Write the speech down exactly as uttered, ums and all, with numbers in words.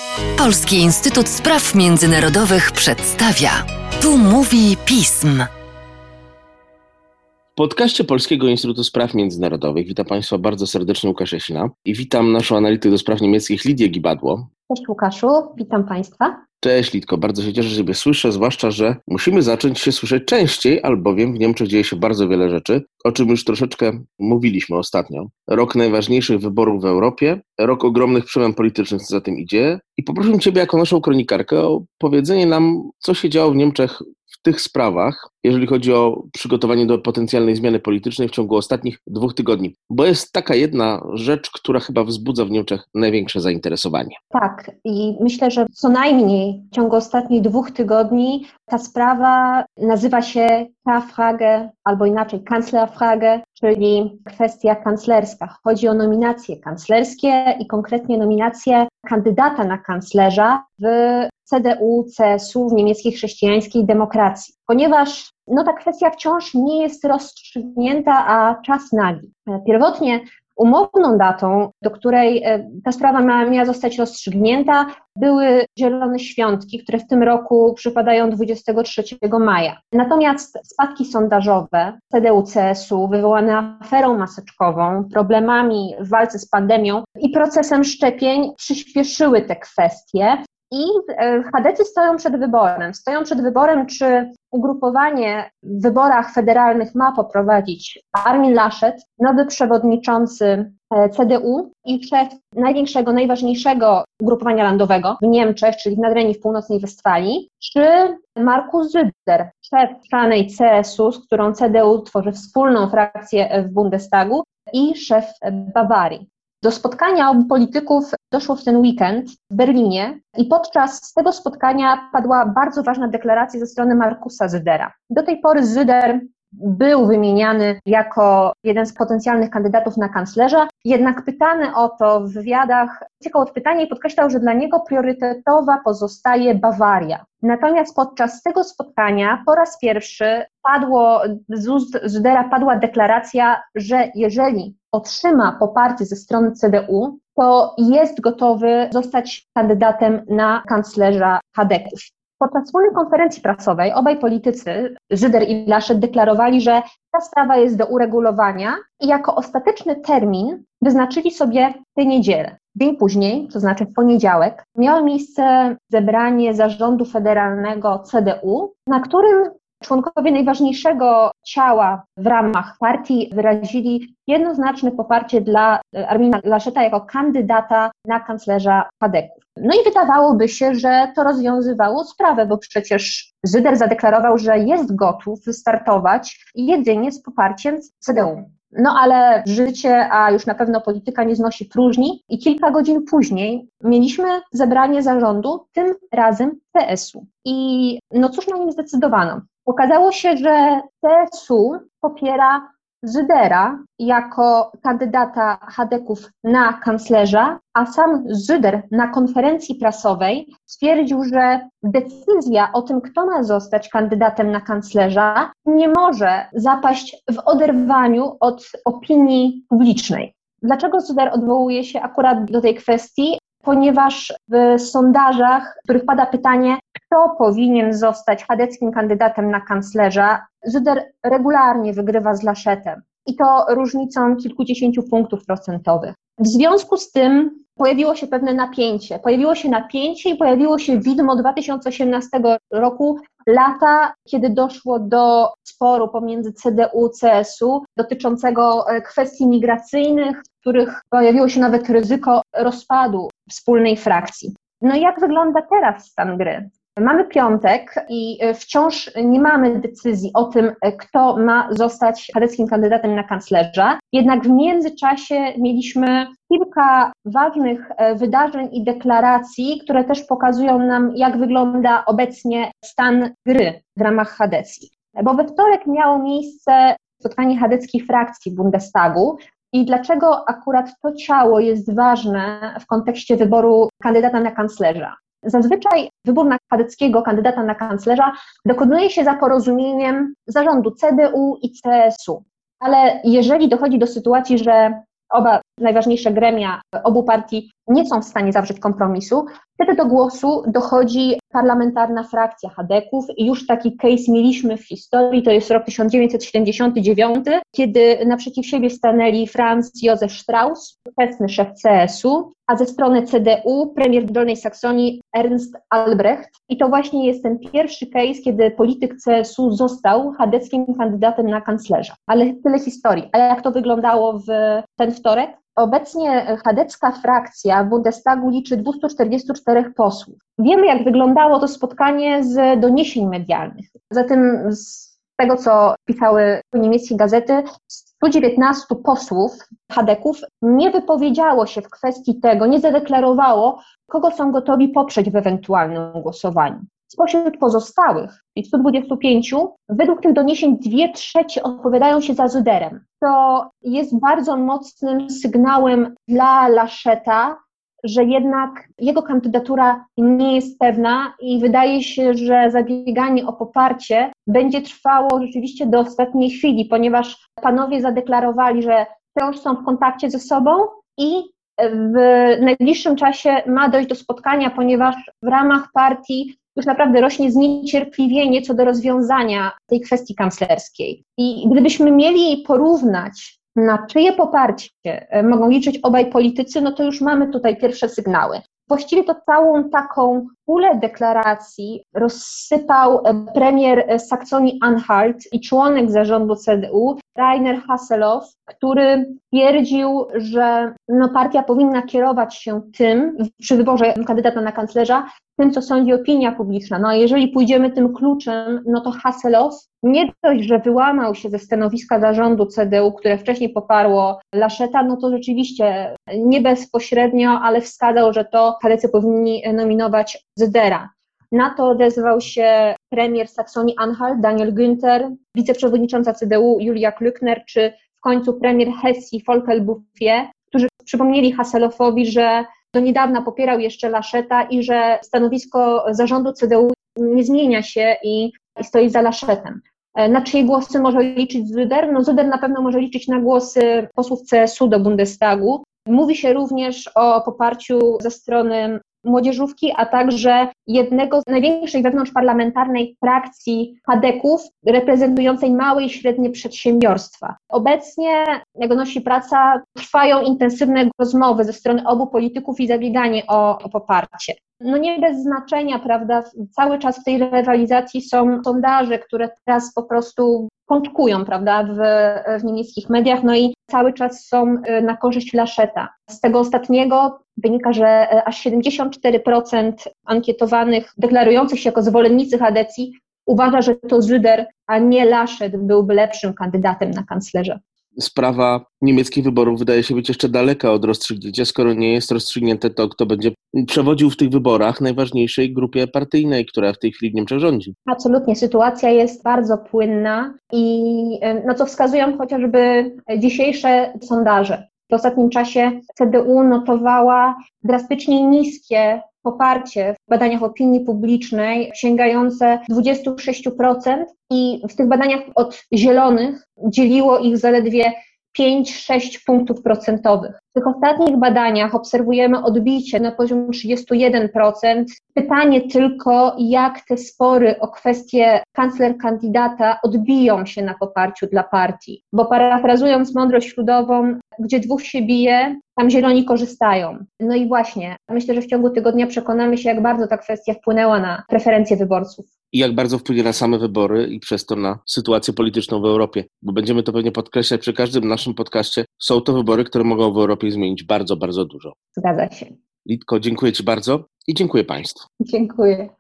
Polski Instytut Spraw Międzynarodowych przedstawia. Tu mówi pism. W podcaście Polskiego Instytutu Spraw Międzynarodowych witam Państwa bardzo serdecznie, Łukasz Jasina, i witam naszą analitykę do spraw niemieckich Lidię Gibadło. Cześć Łukaszu, witam Państwa. Cześć Lidko, bardzo się cieszę, że Ciebie słyszę, zwłaszcza, że musimy zacząć się słyszeć częściej, albowiem w Niemczech dzieje się bardzo wiele rzeczy, o czym już troszeczkę mówiliśmy ostatnio. Rok najważniejszych wyborów w Europie, rok ogromnych przemian politycznych, co za tym idzie, i poproszę Ciebie jako naszą kronikarkę o powiedzenie nam, co się działo w Niemczech w tych sprawach, jeżeli chodzi o przygotowanie do potencjalnej zmiany politycznej w ciągu ostatnich dwóch tygodni. Bo jest taka jedna rzecz, która chyba wzbudza w Niemczech największe zainteresowanie. Tak, i myślę, że co najmniej w ciągu ostatnich dwóch tygodni ta sprawa nazywa się K-Frage, albo inaczej Kanzlerfrage, czyli kwestia kanclerska. Chodzi o nominacje kanclerskie i konkretnie nominację kandydata na kanclerza w C D U C S U, w niemieckiej chrześcijańskiej demokracji. Ponieważ no, ta kwestia wciąż nie jest rozstrzygnięta, a czas nagli. Pierwotnie umowną datą, do której ta sprawa ma, miała zostać rozstrzygnięta, były Zielone Świątki, które w tym roku przypadają dwudziestego trzeciego maja. Natomiast spadki sondażowe C D U C S U wywołane aferą maseczkową, problemami w walce z pandemią i procesem szczepień przyspieszyły te kwestie. I chadecy stoją przed wyborem. Stoją przed wyborem, czy ugrupowanie w wyborach federalnych ma poprowadzić Armin Laschet, nowy przewodniczący C D U i szef największego, najważniejszego ugrupowania landowego w Niemczech, czyli w Nadrenii w północnej Westfalii, czy Markus Söder, szef szklanej C S U, z którą C D U tworzy wspólną frakcję w Bundestagu, i szef Bawarii. Do spotkania obu polityków doszło w ten weekend w Berlinie i podczas tego spotkania padła bardzo ważna deklaracja ze strony Markusa Södera. Do tej pory Söder był wymieniany jako jeden z potencjalnych kandydatów na kanclerza, jednak pytany o to w wywiadach uciekał od pytania i podkreślał, że dla niego priorytetowa pozostaje Bawaria. Natomiast podczas tego spotkania po raz pierwszy padło, z ust Södera padła deklaracja, że jeżeli otrzyma poparcie ze strony C D U, to jest gotowy zostać kandydatem na kanclerza chadeków. Podczas wspólnej konferencji prasowej obaj politycy, Söder i Laschet, deklarowali, że ta sprawa jest do uregulowania i jako ostateczny termin wyznaczyli sobie tę niedzielę. Dzień później, to znaczy w poniedziałek, miało miejsce zebranie zarządu federalnego C D U, na którym członkowie najważniejszego ciała w ramach partii wyrazili jednoznaczne poparcie dla Armina Lascheta jako kandydata na kanclerza chadeków. No i wydawałoby się, że to rozwiązywało sprawę, bo przecież Söder zadeklarował, że jest gotów wystartować jedynie z poparciem C D U. No ale życie, a już na pewno polityka nie znosi próżni i kilka godzin później mieliśmy zebranie zarządu, tym razem C S U. I no cóż na nim zdecydowano? Okazało się, że C S U popiera Södera jako kandydata chadeków na kanclerza, a sam Söder na konferencji prasowej stwierdził, że decyzja o tym, kto ma zostać kandydatem na kanclerza, nie może zapaść w oderwaniu od opinii publicznej. Dlaczego Söder odwołuje się akurat do tej kwestii? Ponieważ w sondażach, w których pada pytanie, kto powinien zostać chadeckim kandydatem na kanclerza, Söder regularnie wygrywa z Laschetem i to różnicą kilkudziesięciu punktów procentowych. W związku z tym pojawiło się pewne napięcie. Pojawiło się napięcie i pojawiło się widmo dwa tysiące osiemnastego roku, lata, kiedy doszło do sporu pomiędzy C D U, C S U dotyczącego kwestii migracyjnych, w których pojawiło się nawet ryzyko rozpadu wspólnej frakcji. No i jak wygląda teraz stan gry? Mamy piątek i wciąż nie mamy decyzji o tym, kto ma zostać chadeckim kandydatem na kanclerza. Jednak w międzyczasie mieliśmy kilka ważnych wydarzeń i deklaracji, które też pokazują nam, jak wygląda obecnie stan gry w ramach chadeckich. Bo we wtorek miało miejsce spotkanie chadeckiej frakcji Bundestagu. I dlaczego akurat to ciało jest ważne w kontekście wyboru kandydata na kanclerza? Zazwyczaj wybór na chadeckiego kandydata na kanclerza dokonuje się za porozumieniem zarządu C D U i C S U. Ale jeżeli dochodzi do sytuacji, że oba najważniejsze gremia obu partii nie są w stanie zawrzeć kompromisu, wtedy do głosu dochodzi parlamentarna frakcja chadeków i już taki case mieliśmy w historii, to jest rok tysiąc dziewięćset siedemdziesiąty dziewiąty, kiedy naprzeciw siebie stanęli Franz Josef Strauss, ówczesny szef C S u, a ze strony C D U premier Dolnej Saksonii Ernst Albrecht. I to właśnie jest ten pierwszy case, kiedy polityk C S u został chadeckim kandydatem na kanclerza. Ale tyle historii. A jak to wyglądało w ten wtorek? Obecnie chadecka frakcja w Bundestagu liczy dwieście czterdzieści cztery posłów. Wiemy, jak wyglądało to spotkanie z doniesień medialnych. Zatem z tego, co pisały niemieckie gazety, sto dziewiętnastu posłów chadeków nie wypowiedziało się w kwestii tego, nie zadeklarowało, kogo są gotowi poprzeć w ewentualnym głosowaniu. Spośród pozostałych, czyli stu dwudziestu pięciu, według tych doniesień dwie trzecie odpowiadają się za Söderem. To jest bardzo mocnym sygnałem dla Lascheta, że jednak jego kandydatura nie jest pewna i wydaje się, że zabieganie o poparcie będzie trwało rzeczywiście do ostatniej chwili, ponieważ panowie zadeklarowali, że wciąż są w kontakcie ze sobą i w najbliższym czasie ma dojść do spotkania, ponieważ w ramach partii już naprawdę rośnie zniecierpliwienie co do rozwiązania tej kwestii kanclerskiej. I gdybyśmy mieli porównać, na czyje poparcie mogą liczyć obaj politycy, no to już mamy tutaj pierwsze sygnały. Właściwie to całą taką pulę deklaracji rozsypał premier Saksonii-Anhalt i członek zarządu C D U Rainer Haseloff, który twierdził, że no partia powinna kierować się tym, przy wyborze kandydata na kanclerza, tym, co sądzi opinia publiczna. No a jeżeli pójdziemy tym kluczem, no to Haseloff nie dość, że wyłamał się ze stanowiska zarządu C D U, które wcześniej poparło Lascheta, no to rzeczywiście nie bezpośrednio, ale wskazał, że to chadecy powinni nominować Södera. Na to odezwał się premier Saksonii-Anhalt Daniel Günther, wiceprzewodnicząca C D U Julia Klückner, czy w końcu premier Hesji Volker Bouffier, którzy przypomnieli Haseloffowi, że do niedawna popierał jeszcze Lascheta i że stanowisko zarządu C D U nie zmienia się i, i stoi za Laschetem. Na czyje głosy może liczyć Söder? No Söder na pewno może liczyć na głosy posłów C S u do Bundestagu. Mówi się również o poparciu ze strony młodzieżówki, a także jednego z największej wewnątrzparlamentarnej frakcji chadeków reprezentującej małe i średnie przedsiębiorstwa. Obecnie, jak donosi Praca, trwają intensywne rozmowy ze strony obu polityków i zabieganie o, o poparcie. No nie bez znaczenia, prawda, cały czas w tej rywalizacji są sondaże, które teraz po prostu pączkują, prawda, w, w niemieckich mediach, no i cały czas są na korzyść Lascheta. Z tego ostatniego wynika, że aż siedemdziesiąt cztery procent ankietowanych deklarujących się jako zwolennicy chadecji uważa, że to Söder, a nie Laschet byłby lepszym kandydatem na kanclerza. Sprawa niemieckich wyborów wydaje się być jeszcze daleka od rozstrzygnięcia, skoro nie jest rozstrzygnięte to, kto będzie przewodził w tych wyborach najważniejszej grupie partyjnej, która w tej chwili w Niemczech rządzi. Absolutnie, sytuacja jest bardzo płynna i no co wskazują chociażby dzisiejsze sondaże. W ostatnim czasie C D U notowała drastycznie niskie poparcie w badaniach opinii publicznej sięgające dwadzieścia sześć procent i w tych badaniach od zielonych dzieliło ich zaledwie pięć sześć punktów procentowych. W tych ostatnich badaniach obserwujemy odbicie na poziom trzydzieści jeden procent. Pytanie tylko, jak te spory o kwestię kancler-kandydata odbiją się na poparciu dla partii. Bo parafrazując mądrość ludową, gdzie dwóch się bije, tam zieloni korzystają. No i właśnie, myślę, że w ciągu tygodnia przekonamy się, jak bardzo ta kwestia wpłynęła na preferencje wyborców. I jak bardzo wpłynie na same wybory i przez to na sytuację polityczną w Europie. Bo będziemy to pewnie podkreślać przy każdym naszym podcaście. Są to wybory, które mogą w Europie zmienić bardzo, bardzo dużo. Zgadza się. Litko, dziękuję Ci bardzo i dziękuję Państwu. Dziękuję.